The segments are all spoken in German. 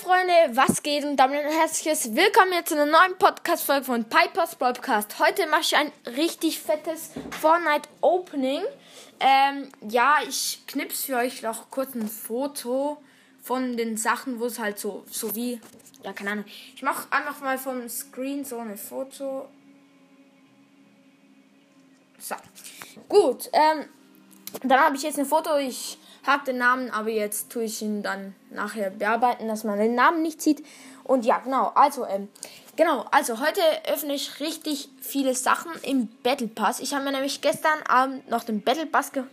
Freunde, was geht? Und damit ein herzliches Willkommen hier zu einer neuen Podcast-Folge von Piper's Podcast. Heute mache ich ein richtig fettes Fortnite-Opening. Ich knipse für euch noch kurz ein Foto von den Sachen, wo es halt so wie, ja, keine Ahnung. Ich mache einfach mal vom Screen so ein Foto. So, gut, dann habe ich jetzt ein Foto. Ich habe den Namen, aber jetzt tue ich ihn dann nachher bearbeiten, dass man den Namen nicht sieht. Und ja, genau, also heute öffne ich richtig viele Sachen im Battle Pass. Ich habe mir nämlich gestern Abend noch den Battle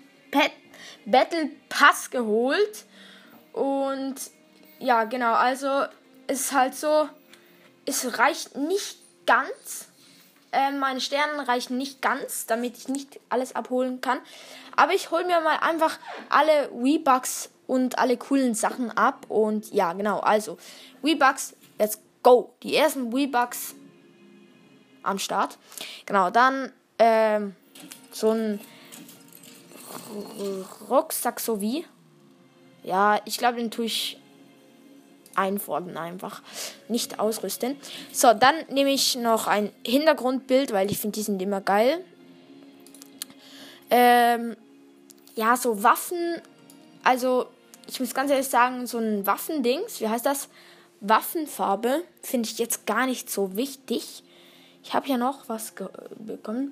Pass geholt. Und ja, genau, also es ist halt so, es reicht nicht ganz. Meine Sterne reichen nicht ganz, damit ich nicht alles abholen kann. Aber ich hole mir mal einfach alle V-Bucks und alle coolen Sachen ab. Und ja, genau, also V-Bucks, let's go. Die ersten V-Bucks am Start. Genau, dann so ein Rucksack so wie. Ja, ich glaube, den tue ich einfordern einfach. Nicht ausrüsten. So, dann nehme ich noch ein Hintergrundbild, weil ich finde, die sind immer geil. Ja, so Waffen. Also, ich muss ganz ehrlich sagen, so ein Waffendings, wie heißt das? Waffenfarbe finde ich jetzt gar nicht so wichtig. Ich habe ja noch was bekommen.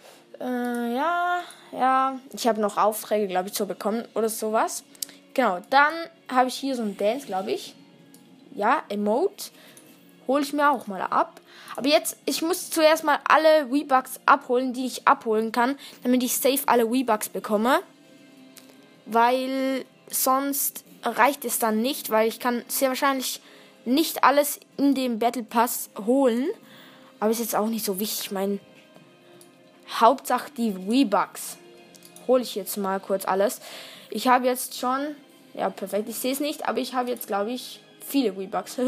Ich habe noch Aufträge, glaube ich, so bekommen oder sowas. Genau, dann habe ich hier so ein Dance, glaube ich. Ja, Emote. Hole ich mir auch mal ab. Aber jetzt, ich muss zuerst mal alle V-Bucks abholen, die ich abholen kann, damit ich safe alle V-Bucks bekomme. Weil sonst reicht es dann nicht, weil ich kann sehr wahrscheinlich nicht alles in dem Battle Pass holen. Aber ist jetzt auch nicht so wichtig. Ich meine, Hauptsache die V-Bucks. Hole ich jetzt mal kurz alles. Ich habe jetzt schon, ja perfekt, ich sehe es nicht, aber ich habe jetzt, glaube ich, viele V-Bucks.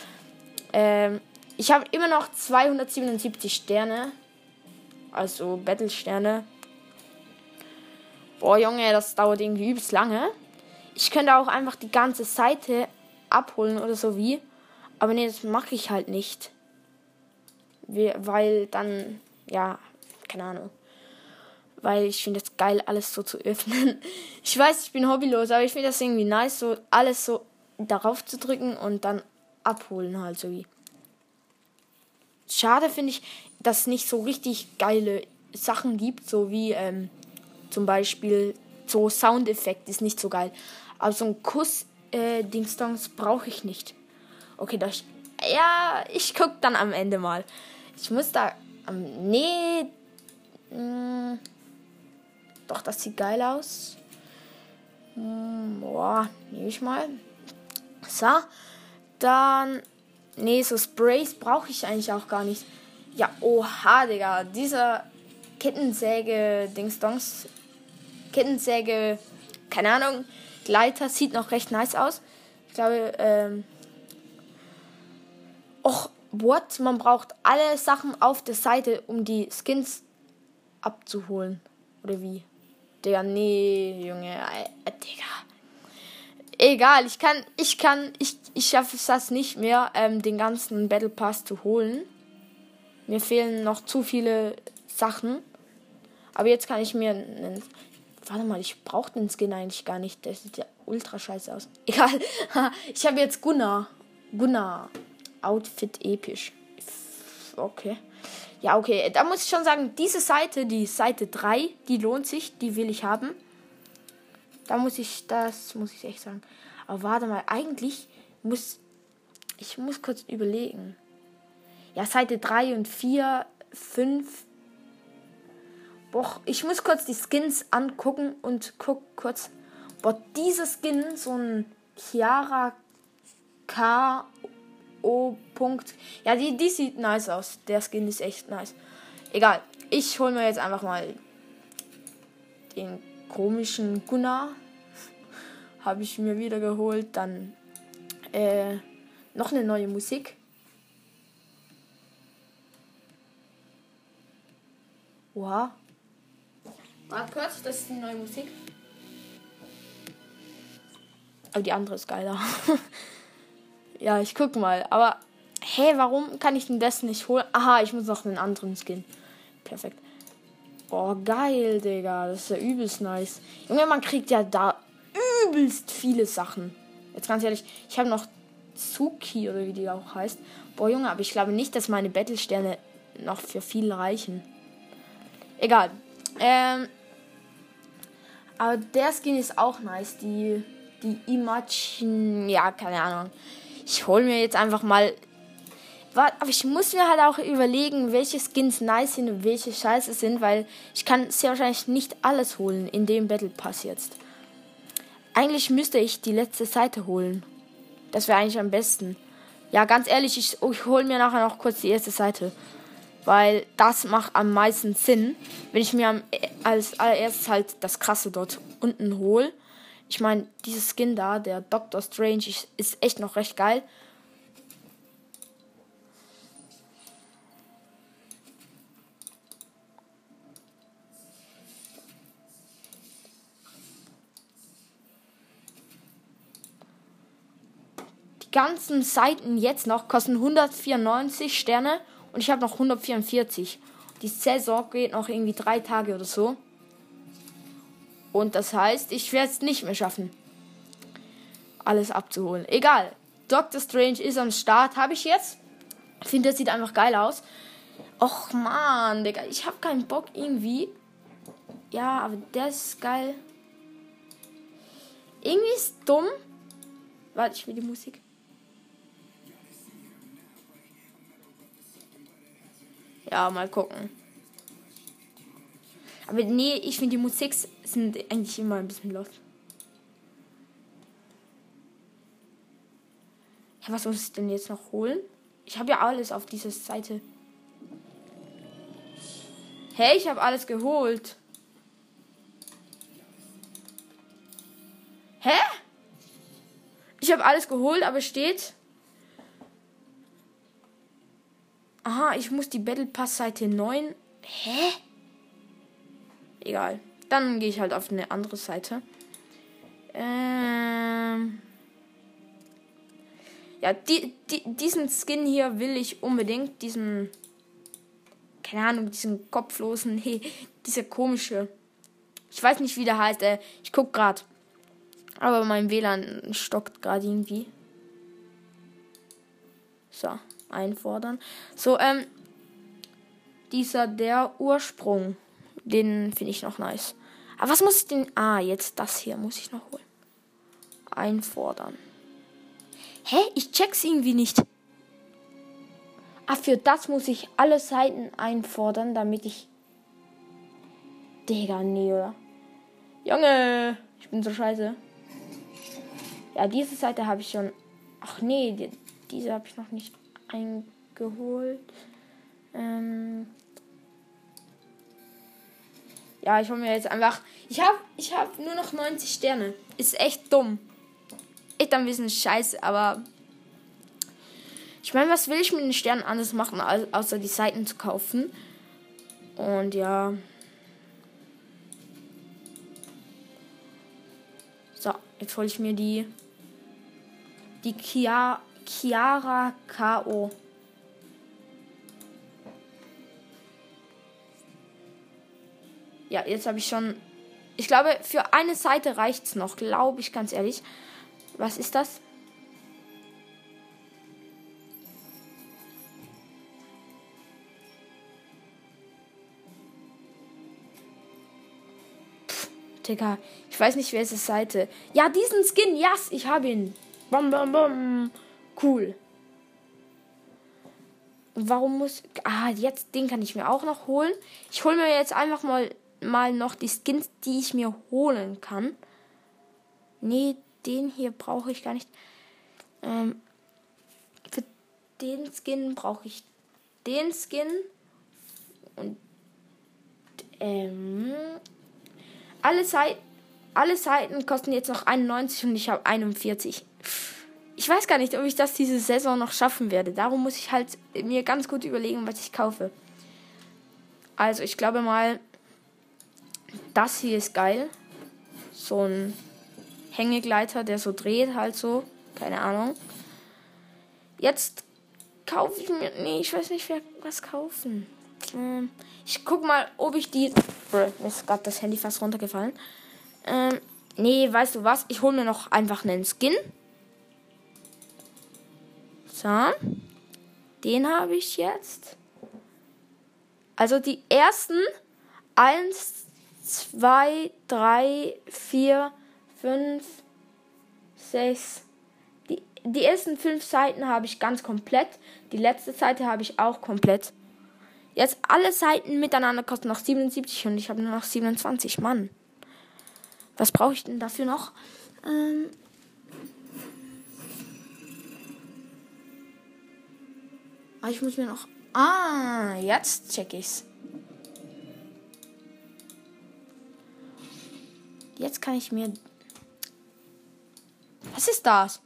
Ich habe immer noch 277 Sterne. Also Battle-Sterne. Boah, Junge, das dauert irgendwie übelst lange. Ich könnte auch einfach die ganze Seite abholen oder so wie. Aber nee, das mache ich halt nicht. Weil dann, ja, keine Ahnung. Weil ich finde es geil, alles so zu öffnen. Ich weiß, ich bin hobbylos, aber ich finde das irgendwie nice, so alles so darauf zu drücken und dann abholen halt so wie. Schade finde ich, dass es nicht so richtig geile Sachen gibt, so wie zum Beispiel so Soundeffekt ist nicht so geil. Aber so ein Kuss-Dingsdongs brauche ich nicht. Okay, ich guck dann am Ende mal. Ich muss da doch, das sieht geil aus. Nehme ich mal. So, dann, so Sprays brauche ich eigentlich auch gar nicht. Ja, oha, Digga, dieser Kettensäge, keine Ahnung, Gleiter sieht noch recht nice aus. Ich glaube, man braucht alle Sachen auf der Seite, um die Skins abzuholen. Oder wie? Digga, nee, Junge, Digga. Egal, ich schaffe es das nicht mehr, den ganzen Battle Pass zu holen. Mir fehlen noch zu viele Sachen. Aber jetzt kann ich mir warte mal, ich brauche den Skin eigentlich gar nicht. Der sieht ja ultra scheiße aus. Egal, ich habe jetzt Gunnar. Outfit episch. Okay. Ja, okay, da muss ich schon sagen, diese Seite, die Seite 3, die lohnt sich, die will ich haben. Das muss ich echt sagen. Aber warte mal, eigentlich ich muss kurz überlegen. Ja, Seite 3 und 4, 5. Boah, ich muss kurz die Skins angucken und guck kurz. Boah, dieser Skin, so ein Chiara K.O. Ja, die sieht nice aus. Der Skin ist echt nice. Egal, ich hole mir jetzt einfach mal den komischen Gunnar. Habe ich mir wieder geholt. Dann noch eine neue Musik. Oha. Warte kurz, das ist die neue Musik. Aber die andere ist geiler. Ja, ich guck mal. Aber, hä, warum kann ich denn das nicht holen? Aha, ich muss noch einen anderen Skin. Perfekt. Oh, geil, Digga. Das ist ja übelst nice. Junge, man kriegt ja da übelst viele Sachen. Jetzt ganz ehrlich, ich habe noch Suki oder wie die auch heißt. Boah, Junge, aber ich glaube nicht, dass meine Battle-Sterne noch für viel reichen. Egal. Aber der Skin ist auch nice. Die Imagine, ja, keine Ahnung. Ich hole mir jetzt einfach mal. Aber ich muss mir halt auch überlegen, welche Skins nice sind und welche scheiße sind, weil ich kann sehr wahrscheinlich nicht alles holen in dem Battle Pass jetzt. Eigentlich müsste ich die letzte Seite holen. Das wäre eigentlich am besten. Ja, ganz ehrlich, ich hole mir nachher noch kurz die erste Seite. Weil das macht am meisten Sinn, wenn ich mir als allererstes halt das Krasse dort unten hole. Ich meine, dieses Skin da, der Doctor Strange, ist echt noch recht geil. Die ganzen Seiten jetzt noch kosten 194 Sterne und ich habe noch 144. Die Saison geht noch irgendwie 3 Tage oder so. Und das heißt, ich werde es nicht mehr schaffen, alles abzuholen. Egal. Doctor Strange ist am Start. Habe ich jetzt. Ich finde, das sieht einfach geil aus. Och man, Digga. Ich habe keinen Bock irgendwie. Ja, aber der ist geil. Irgendwie ist dumm. Warte, ich will die Musik. Ja, mal gucken. Aber nee, ich finde die Musik sind eigentlich immer ein bisschen lost. Ja, was muss ich denn jetzt noch holen? Ich habe ja alles auf dieser Seite. Hey, ich habe alles geholt. Hä? Ich habe alles geholt, aber steht... Aha, ich muss die Battle Pass Seite 9. Hä? Egal. Dann gehe ich halt auf eine andere Seite. Ja, diesen Skin hier will ich unbedingt. Diesen, keine Ahnung, diesen kopflosen, dieser komische. Ich weiß nicht, wie der heißt. Ich guck gerade. Aber mein WLAN stockt gerade irgendwie. So, einfordern. So, der Ursprung. Den finde ich noch nice. Aber was muss ich denn... Ah, jetzt das hier muss ich noch holen. Einfordern. Hä? Ich check's irgendwie nicht. Ah, für das muss ich alle Seiten einfordern, damit ich... Digga, nee, oder? Junge, ich bin so scheiße. Ja, diese Seite habe ich schon... Ach nee, diese habe ich noch nicht eingeholt. Ja, ich hole mir jetzt einfach... Ich hab nur noch 90 Sterne. Ist echt dumm. Echt ein bisschen scheiße, aber... Ich meine, was will ich mit den Sternen anders machen, außer die Seiten zu kaufen? Und ja... So, jetzt hole ich mir die Chiara K.O. Ja, jetzt habe ich schon... Ich glaube, für eine Seite reicht's noch, glaube ich, ganz ehrlich. Was ist das? Digga, ich weiß nicht, wer ist die Seite. Ja, diesen Skin, yes, ich habe ihn. Bam, bam, bam. Cool. Warum muss... Ah, jetzt, den kann ich mir auch noch holen. Ich hole mir jetzt einfach mal noch die Skins, die ich mir holen kann. Nee, den hier brauche ich gar nicht. Für den Skin brauche ich den Skin. Und alle Seiten kosten jetzt noch 91 und ich habe 41. Ich weiß gar nicht, ob ich das diese Saison noch schaffen werde. Darum muss ich halt mir ganz gut überlegen, was ich kaufe. Also, ich glaube mal, das hier ist geil. So ein Hängegleiter, der so dreht halt so. Keine Ahnung. Jetzt kaufe ich mir... Nee, ich weiß nicht, was kaufen. Ich guck mal, ob ich die... Mir ist gerade das Handy fast runtergefallen. Nee, weißt du was? Ich hole mir noch einfach einen Skin. So. Den habe ich jetzt. Also die ersten 1, 2, 3, 4, 5, 6. Die ersten 5 Seiten habe ich ganz komplett. Die letzte Seite habe ich auch komplett. Jetzt alle Seiten miteinander kosten noch 77 und ich habe nur noch 27. Mann. Was brauche ich denn dafür noch? Ich muss mir noch... jetzt check ich's. Jetzt kann ich mir... Was ist das?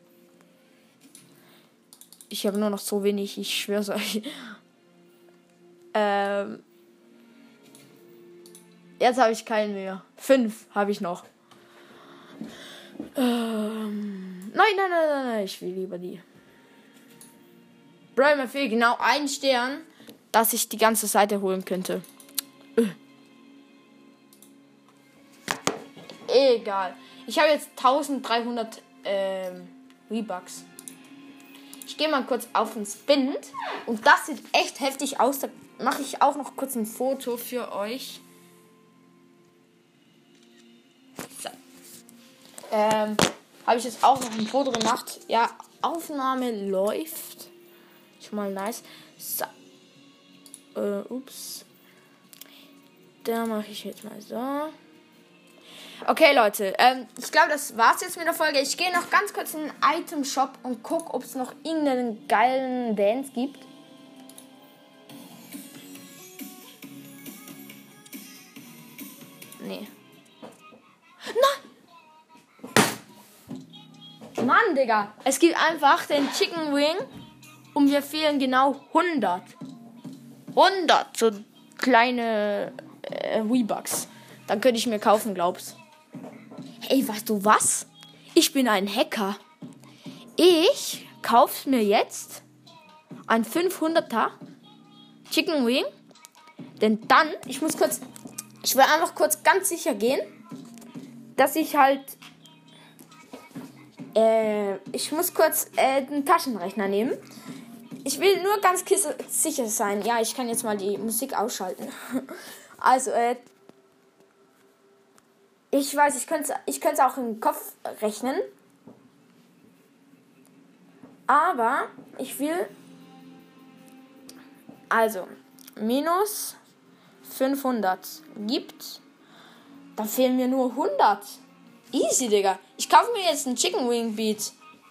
Ich habe nur noch so wenig, ich schwör's euch. Jetzt habe ich keinen mehr. 5 habe ich noch. Nein, ich will lieber die. Bro, mir fehlt genau ein Stern, dass ich die ganze Seite holen könnte. Egal. Ich habe jetzt 1300 V-Bucks. Ich gehe mal kurz auf den Spind. Und das sieht echt heftig aus. Da mache ich auch noch kurz ein Foto für euch. So. Habe ich jetzt auch noch ein Foto gemacht. Ja, Aufnahme läuft. Schon mal nice. So. Ups. Da mache ich jetzt mal so. Okay, Leute. Ich glaube, das war's jetzt mit der Folge. Ich gehe noch ganz kurz in den Item-Shop und gucke, ob es noch irgendeinen geilen Dance gibt. Nee. Nein! Mann, Digga. Es gibt einfach den Chicken Wing und wir fehlen genau 100. 100 so kleine V-Bucks. Dann könnte ich mir kaufen, glaubst. Ey, weißt du was? Ich bin ein Hacker. Ich kaufe mir jetzt ein 500er Chicken Wing. Denn dann, ich will einfach kurz ganz sicher gehen, dass ich halt, ich muss kurz den Taschenrechner nehmen. Ich will nur ganz sicher sein. Ja, ich kann jetzt mal die Musik ausschalten. Also, ich weiß, ich könnte es auch im Kopf rechnen. Aber ich will... Also, minus 500 gibt... Dann fehlen mir nur 100. Easy, Digga. Ich kaufe mir jetzt einen Chicken Wing Beat.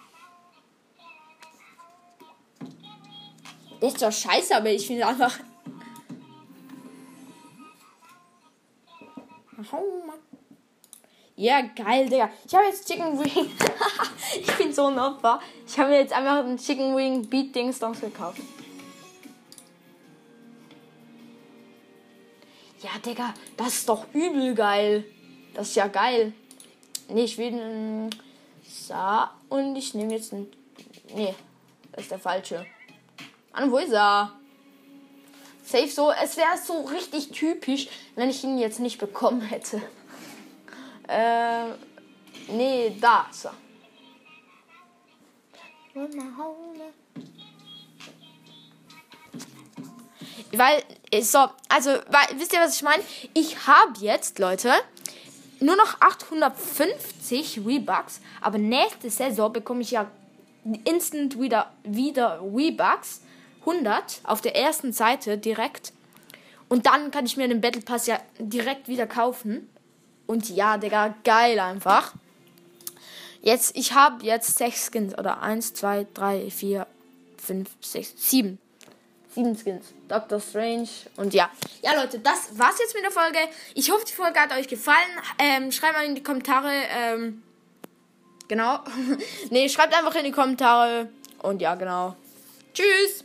Der ist doch scheiße, aber ich finde einfach... Oh Mann. Ja, geil, Digga. Ich habe jetzt Chicken Wing. Ich bin so ein Opfer. Ich habe mir jetzt einfach einen Chicken Wing Beat Dingsdongs gekauft. Ja, Digga, das ist doch übel geil. Das ist ja geil. Nee, ich will einen... So, und ich nehme jetzt einen... Nee, das ist der falsche. Mann, wo ist er? Safe so. Es wäre so richtig typisch, wenn ich ihn jetzt nicht bekommen hätte. Nee, da ist er. Wisst ihr, was ich meine? Ich habe jetzt, Leute, nur noch 850 V-Bucks, aber nächste Saison bekomme ich ja instant wieder V-Bucks, 100 auf der ersten Seite direkt. Und dann kann ich mir den Battle Pass ja direkt wieder kaufen. Und ja, Digga, geil einfach. Ich habe jetzt 6 Skins. Oder 1, 2, 3, 4, 5, 6, 7. 7 Skins. Doctor Strange. Und ja. Ja, Leute, das war's jetzt mit der Folge. Ich hoffe, die Folge hat euch gefallen. Schreibt mal in die Kommentare. Genau. Nee, schreibt einfach in die Kommentare. Und ja, genau. Tschüss.